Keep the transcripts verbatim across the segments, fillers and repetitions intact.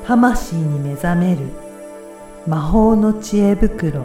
魂に目覚める魔法の知恵袋。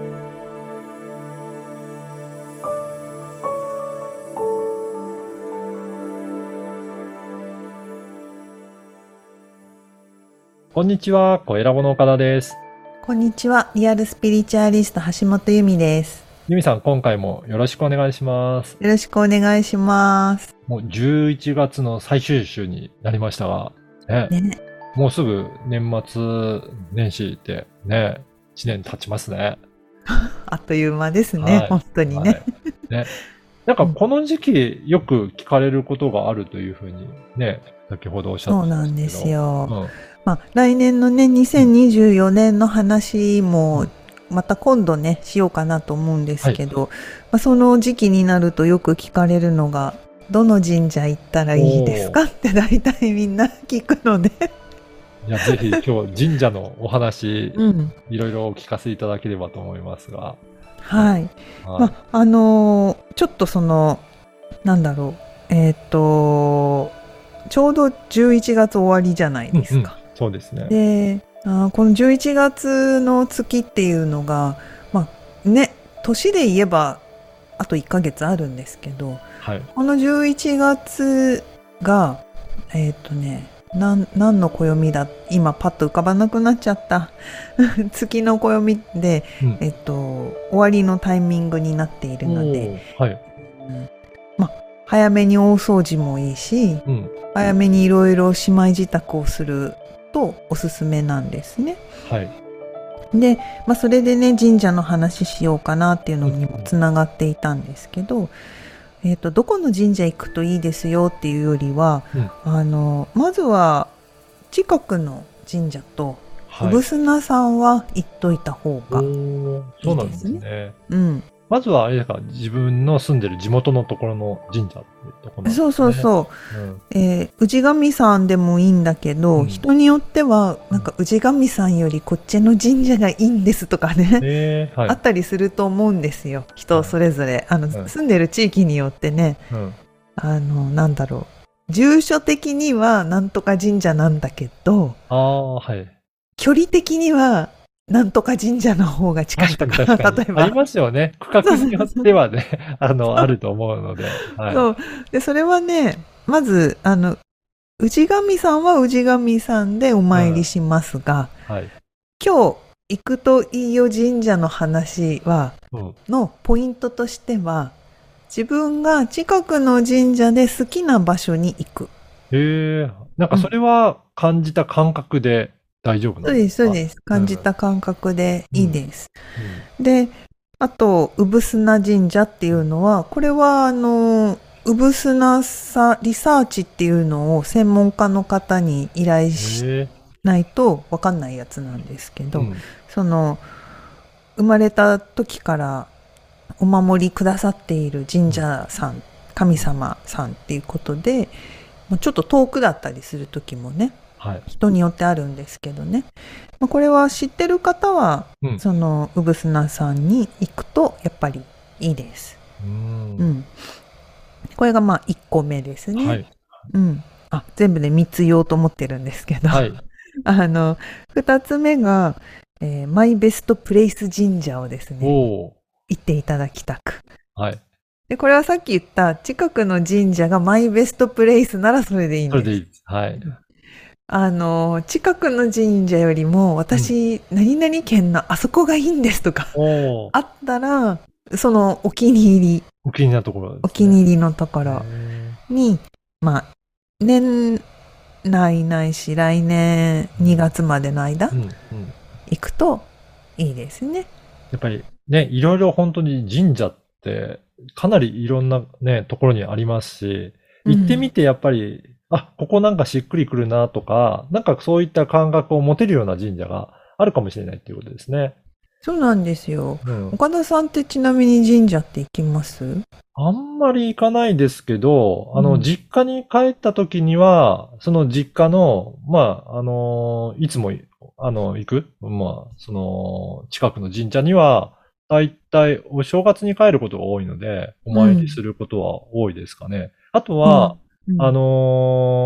こんにちは、小ラボの岡田です。 こんにちは、リアルスピリチュアリスト橋本由美です。 由美さん、今回もよろしくお願いします。 よろしくお願いします。 もうじゅういちがつの最終週になりましたが、ね、ねもうすぐ年末年始でね、いちねん経ちますね。 あっという間ですね、はい、本当にね。はいねなんかこの時期よく聞かれることがあるというふうにね、先ほどおっしゃってましたけど。そうなんですよ。 うんまあ、来年のね、にせんにじゅうよねんの話もまた今度ね、しようかなと思うんですけど、はいまあ、その時期になるとよく聞かれるのが、どの神社行ったらいいですかって大体みんな聞くので。 いや、ぜひ今日神社のお話、うん、いろいろお聞かせいただければと思いますが。 はい。はい、まあ、あのー、ちょっとその、なんだろう、えっと、ちょうどじゅういちがつ終わりじゃないですか。 うんうん、そうですね。 で、あこのじゅういちがつの月っていうのが、まあね、年で言えばあといっかげつあるんですけど、はい、このじゅういちがつが、えっとね、なん何の暦だ今パッと浮かばなくなっちゃった月の暦で、うん、えっと、終わりのタイミングになっているので、はいうんまあ、早めに大掃除もいいし、うん、早めにいろいろしまい支度をするとおすすめなんですね。はい、で、まあ、それでね神社の話しようかなっていうのにもつながっていたんですけど、うんえーと、どこの神社行くといいですよっていうよりは、うん、あのまずは近くの神社と産砂さんは行っといた方がいいですね。 そうなんですね。うんまずはあれですか、自分の住んでる地元のところの神社ってところなんですね。 そうそうそう。うんえー、氏神さんでもいいんだけど、うん、人によってはなんか氏神さんよりこっちの神社がいいんですとかね、えーはい、あったりすると思うんですよ。人それぞれ、はい、あの、うん、住んでる地域によってね、うん、あのなんだろう、住所的にはなんとか神社なんだけど、あ、はい、距離的にはなんとか神社の方が近いとか、 確かに例えば。ありますよね。区画によってはね、あの、あると思うので。はい、 そう。で、それはね、まず、あの、氏神さんは氏神さんでお参りしますが、うんはい、今日行くといいよ神社の話は、うん、のポイントとしては、自分が近くの神社で好きな場所に行く。 へえ、なんかそれは感じた感覚で、大丈夫なんですか？ そうです、そうです。感じた感覚でいいです。うんうん、で、あと、産砂神社っていうのは、これは、あの、産砂さリサーチっていうのを専門家の方に依頼しないと分かんないやつなんですけど、うん、その、生まれた時からお守りくださっている神社さん、神様さんっていうことで、ちょっと遠くだったりする時もね、はい、人によってあるんですけどね、まあ、これは知ってる方は、うん、その産砂さんに行くとやっぱりいいです。うん、うん、これがまあいっこめですね。はいうん、あ全部でみっつ言おうと思ってるんですけど、はい、あのふたつめが、えー、マイベストプレイス神社をですね行っていただきたく。はいでこれはさっき言った近くの神社がマイベストプレイスならそれでいいんです。 それでいい。はい。 あの近くの神社よりも私、うん、何々県のあそこがいいんですとかあったらそのお気に入りお気に入りのところですね。 お気に入りのところにまあ年内ないし来年にがつまでの間、うんうん、行くといいですね。 やっぱりねいろいろ本当に神社ってかなりいろんなねところにありますし行ってみてやっぱり、うんあ、ここなんかしっくりくるなとか、なんかそういった感覚を持てるような神社があるかもしれないっていうことですね。 そうなんですよ。うん、岡田さんってちなみに神社って行きます？ あんまり行かないですけど、あの、うん、実家に帰った時には、その実家の、まあ、あの、いつも、あの、行く、まあ、その、近くの神社には、だいたいお正月に帰ることが多いので、お参りすることは多いですかね。うん、あとは、うんうん、あの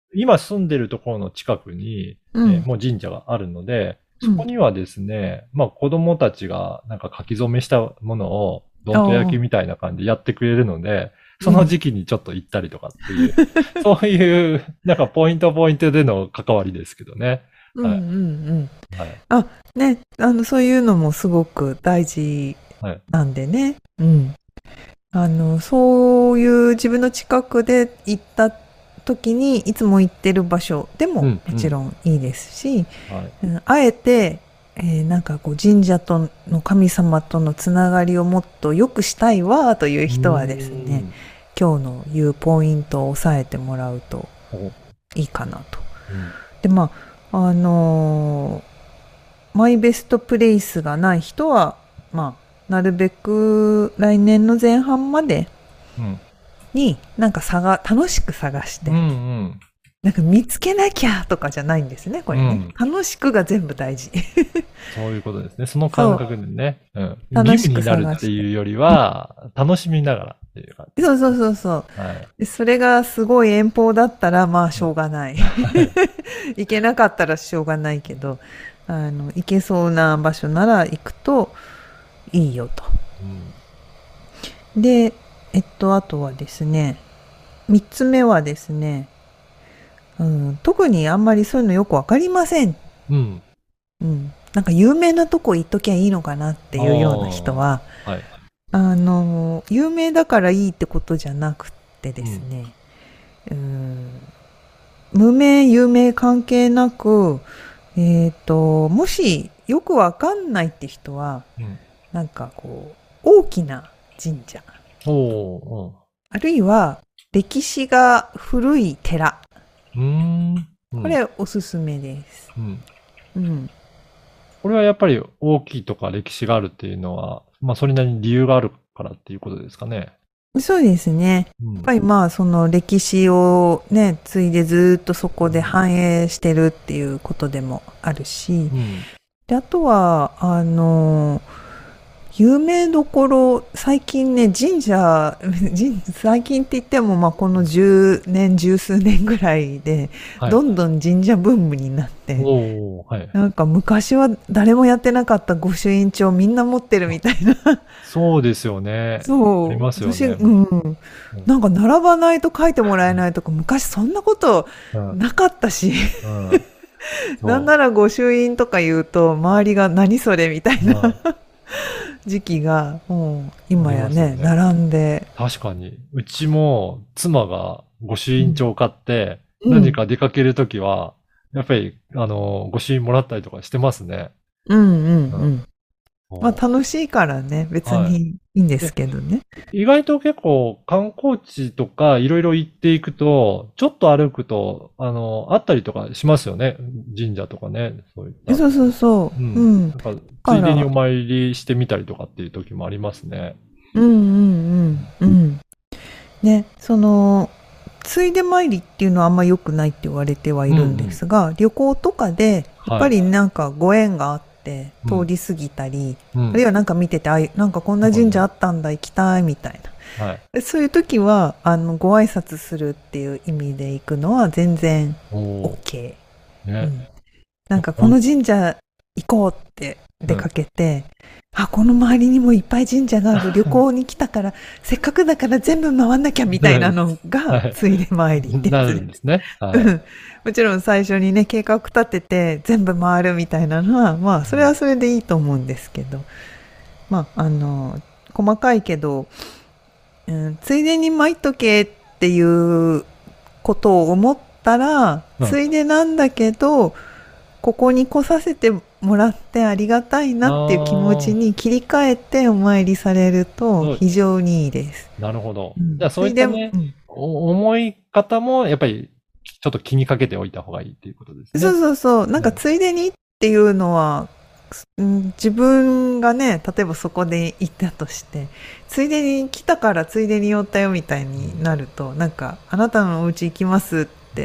今住んでるところの近くに、 うんえーもう神社があるので、 うんそこにはですね、まあ子供たちがなんか書き初めしたものを、どんと焼きみたいな感じでやってくれるので、その時期にちょっと行ったりとかっていう、そういう、なんかポイントポイントでの関わりですけどね。はい。 うんうんうん。 はい。 あ、ね、あの、そういうのもすごく大事はい。 なんでね。うん。あの、そういう自分の近くで行った時にいつも行ってる場所でもうんもちろんいいですし、 はい。 うんあえて、えーなんかこう神社との神様とのつながりをもっと良くしたいわという人はですね、今日の言うポイントを押さえてもらうとうーん。おいいかなと。 うんで、まあ、あのーマイベストプレイスがない人は、まあ、なるべく来年の前半までうん。 になんか探、楽しく探して、 うんうん。 なんか見つけなきゃとかじゃないんですね、これね。 うん楽しくが全部大事。 そういうことですね。その感覚でね。うん。 楽しく義務になる探してっていうよりは、楽しみながらっていう感じ。 そうそうそうそう。 はい。 でそれがすごい遠方だったら、まあ、しょうがない。行けなかったらしょうがないけど、あの、行けそうな場所なら行くといいよと。 うん。 で、えっと、あとはですね、三つ目はですね、うん、特にあんまりそういうのよくわかりません。 うん。 うん。なんか有名なとこ行っときゃいいのかなっていうような人は、 はい。 あの、有名だからいいってことじゃなくってですね、うん無名、有名関係なく、えっと、もしよくわかんないって人は、 うん。 なんかこう、大きな神社、 おー、 あるいは歴史が古い寺、 うん。うーん。うんこれおすすめです。 うん。 うん。 これはやっぱり大きいとか歴史があるっていうのは、まあそれなりに理由があるからっていうことですかね。 そうですね。 うん。 やっぱりまあその歴史をね、継いでずっとそこで反映してるっていうことでもあるし、 うん。 で、あとは、あの、有名どころ、最近ね、神社、神最近って言っても、まあ、このじゅうねん、十数年ぐらいで、 はい。 どんどん神社ブームになって、 おー、はい。 なんか昔は誰もやってなかった御朱印帳みんな持ってるみたいな。 そうですよね。 そう。 ありますよね私、うん。なんか並ばないと書いてもらえないとか、昔そんなことうん。 なかったし、 うん。 なんなら御朱印とか言うと、周りが何それみたいな。 うん時期が、もう今やね、 ありますよね並んで。 確かに。うちも妻が御朱印帳を買って、 うん何か出かけるときは、やっぱり、あの、御朱印もらったりとかしてますね。 うんうんうん。まあそう楽しいからね、別はいにいいんですけどね。 意外と結構観光地とかいろいろ行っていくと、ちょっと歩くと、あの、あったりとかしますよね。神社とかね。そういった。 そうそうそう。 う。 うんん。 なんか、ついでにお参りしてみたりとかっていう時もありますね。 うんうんうんうん。ね、その、ついで参りっていうのはあんま良くないって言われてはいるんですが、旅行とかで、やっぱりなんかご縁があって、 うん通り過ぎたり、 うんあるいはなんか見てて、あ、なんかこんな神社あったんだ、行きたいみたいな。 はい。 でそういう時は、あの、ご挨拶するっていう意味で行くのは全然おー OK。うね。 ん。なんかこの神社行こうって出かけて、あ、この周りにもいっぱい神社がある、旅行に来たから、せっかくだから全部回んなきゃみたいなのはが、 いついで参りってなやつるんですね。はうい。 んもちろん最初にね、計画立てて全部回るみたいなのは、まあ、それはそれでいいと思うんですけど、まあ、あの、細かいけど、うん、ついでに巻いとけっていうことを思ったら、 うんついでなんだけど、ここに来させてもらってありがたいなっていう気持ちに切り替えてお参りされると非常にいいです。 なるほど。 うんじゃあそういったねついで、うんお思い方もやっぱりちょっと気にかけておいた方がいいっていうことですね。 そうそうそう。なんかついでにっていうのは、うん自分がね、例えばそこで行ったとして、ついでに来たからついでに寄ったよみたいになると、なんか、あなたのお家行きますっ 、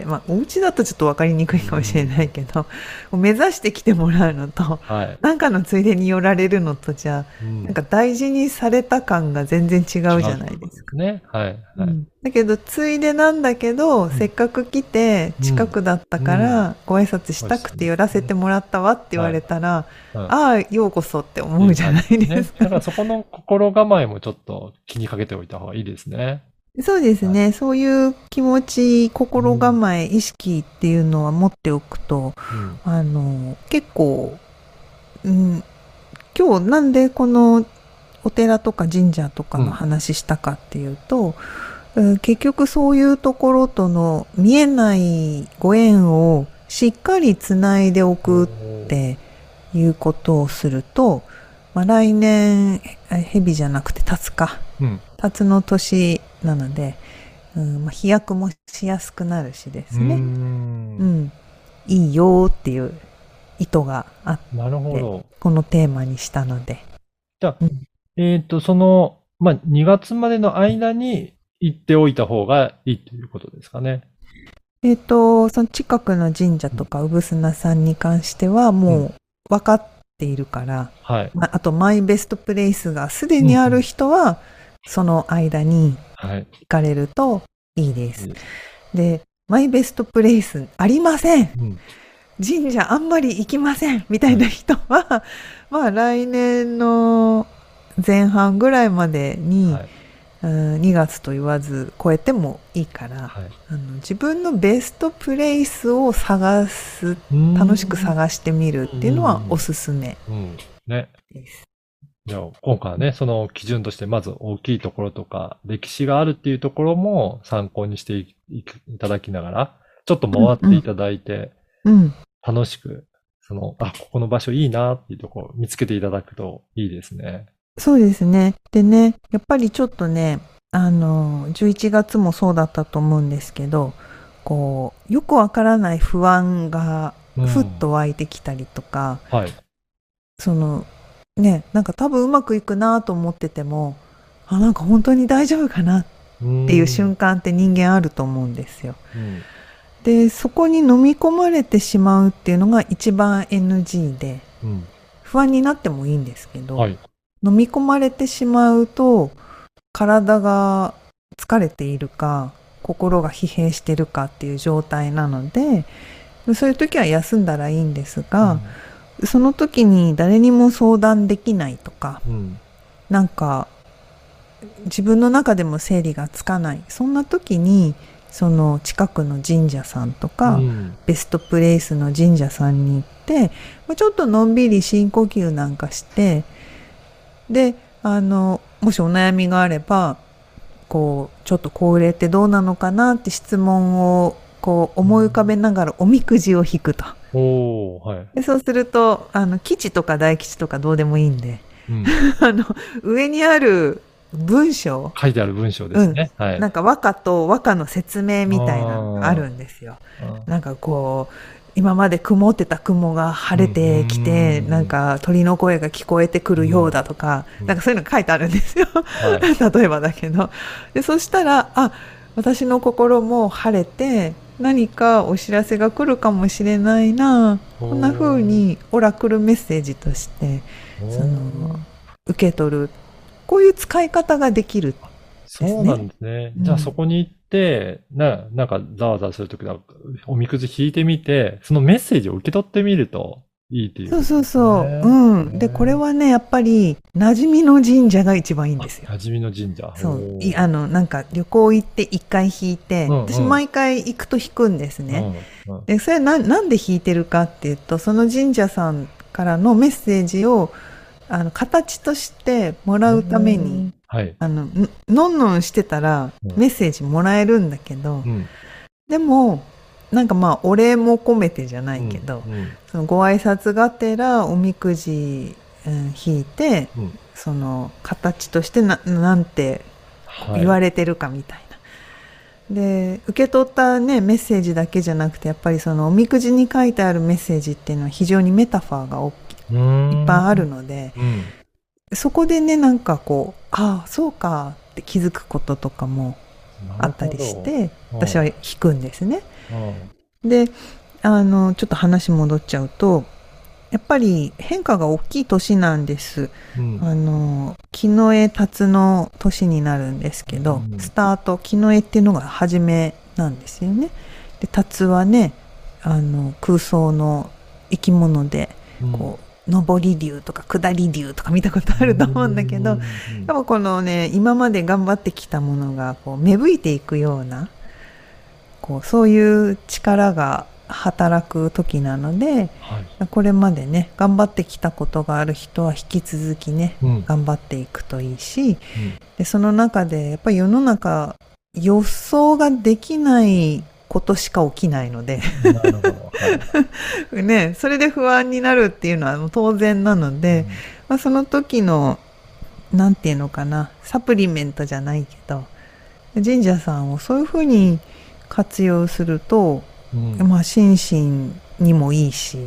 まあ、お家だとちょっと分かりにくいかもしれないけど、うん、目指して来てもらうのと、はい、なんかのついでに寄られるのとじゃ、うん、なんか大事にされた感が全然違うじゃないですか。 ね。はい。はい、 うん、だけど、ついでなんだけど、うん、せっかく来て、近くだったから、ご挨拶したくて寄らせてもらったわって言われたら、はいはい、ああ、ようこそって思うじゃないですか。 ね、だからそこの心構えもちょっと気にかけておいた方がいいですね。 そうですね、はい、そういう気持ち、心構え、うん、意識っていうのは持っておくと、うん、あの、結構、うん、今日なんでこのお寺とか神社とかの話したかっていうと、うん、結局そういうところとの見えないご縁をしっかりつないでおくっていうことをすると、まあ、来年、蛇じゃなくて辰か。うん、辰の年なので、うんまあ、飛躍もしやすくなるしですね。うん、うん、いいよっていう意図があって、なるほど。このテーマにしたので。 じゃあ、うん、えっと、その、まあ、にがつまでの間に行っておいた方がいいということですかね。 えっと、その近くの神社とか、うぶすなさんに関しては、もう分かっているから、うん、はい。まあ、あと、マイベストプレイスがすでにある人は、その間に行かれるといいです。はい、で、マイベストプレイスありません、うん、神社あんまり行きませんみたいな人は、はい、まあ来年の前半ぐらいまでに、はい、うん、にがつと言わず超えてもいいから、はい、あの自分のベストプレイスを探す、楽しく探してみるっていうのはおすすめです。うんうんね、 じゃあ、今回はね、その基準としてまず大きいところとか、歴史があるっていうところも参考にしていただきながら、ちょっと回っていただいて、うんうん、楽しく、その、あ、ここの場所いいなっていうところを見つけていただくといいですね。 そうですね。でね、やっぱりちょっとね、あの、じゅういちがつもそうだったと思うんですけど、こう、よくわからない不安がふっと湧いてきたりとか、うん、はい。その、ね、なんか多分うまくいくなと思ってても、あ、なんか本当に大丈夫かなっていう瞬間って人間あると思うんですよ。うん、で、そこに飲み込まれてしまうっていうのが一番 エヌジー で、うん、不安になってもいいんですけど、はい、飲み込まれてしまうと、体が疲れているか、心が疲弊してるかっていう状態なので、そういう時は休んだらいいんですが、うんその時に誰にも相談できないとか、うん、なんか自分の中でも整理がつかない。そんな時にその近くの神社さんとか、うん、ベストプレイスの神社さんに行って、ちょっとのんびり深呼吸なんかして、で、あの、もしお悩みがあれば、こう、ちょっと高齢ってどうなのかなって質問をこう思い浮かべながらおみくじを引くと。おはい、でそうするとあの吉とか大吉とかどうでもいいんで、うん、あの上にある文章書いてある文章ですね、 うんはい、なんか和歌と和歌の説明みたいなのがあるんですよ。なんかこう今まで曇ってた雲が晴れてきて、うん、なんか鳥の声が聞こえてくるようだとか、うん、なんかそういうの書いてあるんですよ、はい、例えばだけどでそしたらあ私の心も晴れて何かお知らせが来るかもしれないな、こんな風にオラクルメッセージとしてその受け取る、こういう使い方ができるですね。 そうなんですね。うん、じゃあそこに行ってななんかざわざわするときはおみくじ引いてみて、そのメッセージを受け取ってみるといいっていう、ね、 そうそうそう。うん。で、これはね、やっぱり、馴染みの神社が一番いいんですよ。 馴染みの神社。 そう。いあの、なんか、旅行行って一回引いて、うんうん、私毎回行くと引くんですね。うんうん、で、それな、なんで引いてるかっていうと、その神社さんからのメッセージを、あの、形としてもらうために、はい、あの、のんのんしてたら、メッセージもらえるんだけど、うん、でも、なんかまあお礼も込めてじゃないけど、うんうん、そのご挨拶がてらおみくじ、うん、引いて、うん、その形としてな、なんて言われてるかみたいな、はい、で受け取ったねメッセージだけじゃなくてやっぱりそのおみくじに書いてあるメッセージっていうのは非常にメタファーが大きいっぱいあるので、うん、そこでねなんかこうああそうかって気づくこととかもあったりして、 うん私は弾くんですね。 うんで、あの、ちょっと話戻っちゃうと、やっぱり変化が大きい年なんです。 うんあの、木の絵辰の年になるんですけど、 うんスタート、木の絵っていうのが初めなんですよね。で、辰はね、あの、空想の生き物で、 うんこう、上り竜とか下り竜とか見たことあると思うんだけど、やっぱこのね、今まで頑張ってきたものが、こう、芽吹いていくような、こう、そういう力が働く時なので、 はいこれまでね、頑張ってきたことがある人は引き続きね、 うん頑張っていくといいし、で、その中で、やっぱり世の中、予想ができないことしか起きないので、 うんなるほど。はいね、それで不安になるっていうのはもう当然なので、まあ、その時の、なんていうのかな、サプリメントじゃないけど、神社さんをそういうふうに活用すると、 うんうんまあ、心身にもいいし、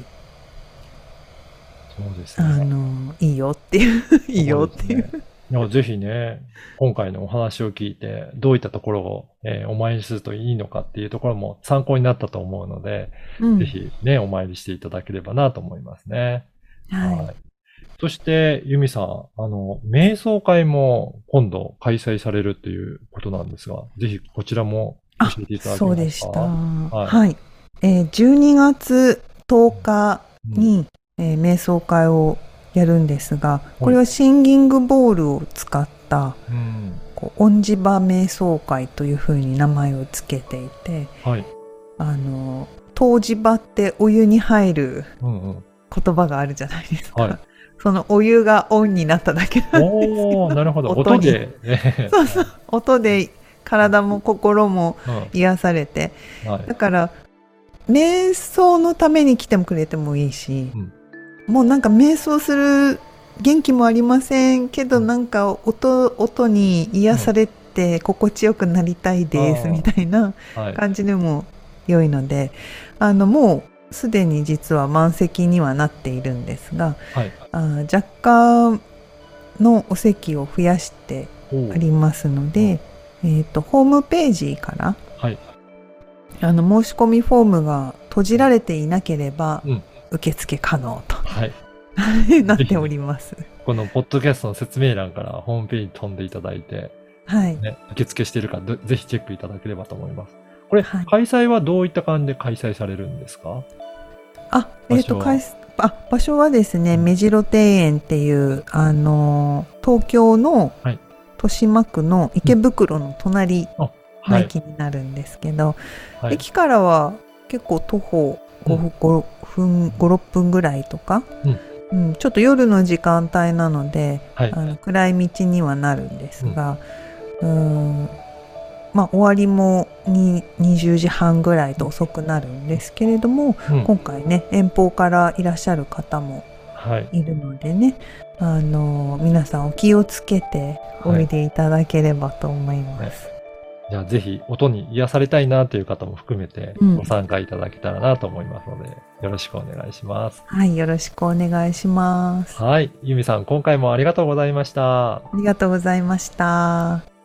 そうですあね。 の、いいよっていう、いいよっていう。 そうですね。いやぜひね、今回のお話を聞いて、どういったところを、えーお参りするといいのかっていうところも参考になったと思うので、 うんぜひね、お参りしていただければなと思いますね。 はい。 そして、ユミさん、あの、瞑想会も今度開催されるっていうことなんですが、ぜひこちらもあ、 教えていただけそうますか？ でした。 はいはい。えーじゅうにがつとおかに、えー瞑想会をやるんですが、これはシンギングボールを使った、 うん。 こう、音磁場瞑想会というふうに名前をつけていて、 はい。 あの、湯磁場ってお湯に入るうんうん。 言葉があるじゃないですか。 はいそのお湯がオンになっただけなんですよ。 おー、なるほど。 音に音で、ね。 そうそう。音で体も心も癒されて。 うん。はいだ。から、瞑想のために来てもくれてもいいし、 うんもうなんか瞑想する元気もありませんけど、なんか音、音に癒されて心地よくなりたいですあーみたいなはい。 感じでも良いので、あの、もうすでに実は満席にはなっているんですが、 はい。 あー若干のお席を増やしておーありますので、えっと、ホームページからはい。 あの申し込みフォームが閉じられていなければうん受付可能とはい。 なっております。 このポッドキャストの説明欄からホームページに飛んでいただいて、 はい。 ね、受付しているかどぜひチェックいただければと思います。これ、 はい開催はどういった感じで開催されるんですか？ あ、えっ、と、 場所はかいあ、場所はですね、 うん目白庭園っていう、あのー、東京のはい豊島区の池袋の隣あ、 のはい。 駅になるんですけど、 はい。 駅からは結構徒歩ごうんごふん、ご、ろっぷんぐらいとか、うんちょっと夜の時間帯なので、 はい。 あの暗い道にはなるんですが、うーんまあ終わりもににじゅうじはんぐらいと遅くなるんですけれども、 うん今回ね遠方からいらっしゃる方もはい。 いるのでね、あの皆さんお気をつけておいでいただければと思います。 じゃあぜひ音に癒されたいなという方も含めてうんご参加いただけたらなと思いますので、よろしくお願いします。 はい、よろしくお願いします。 はい。ゆみさん、今回もありがとうございました。 ありがとうございました。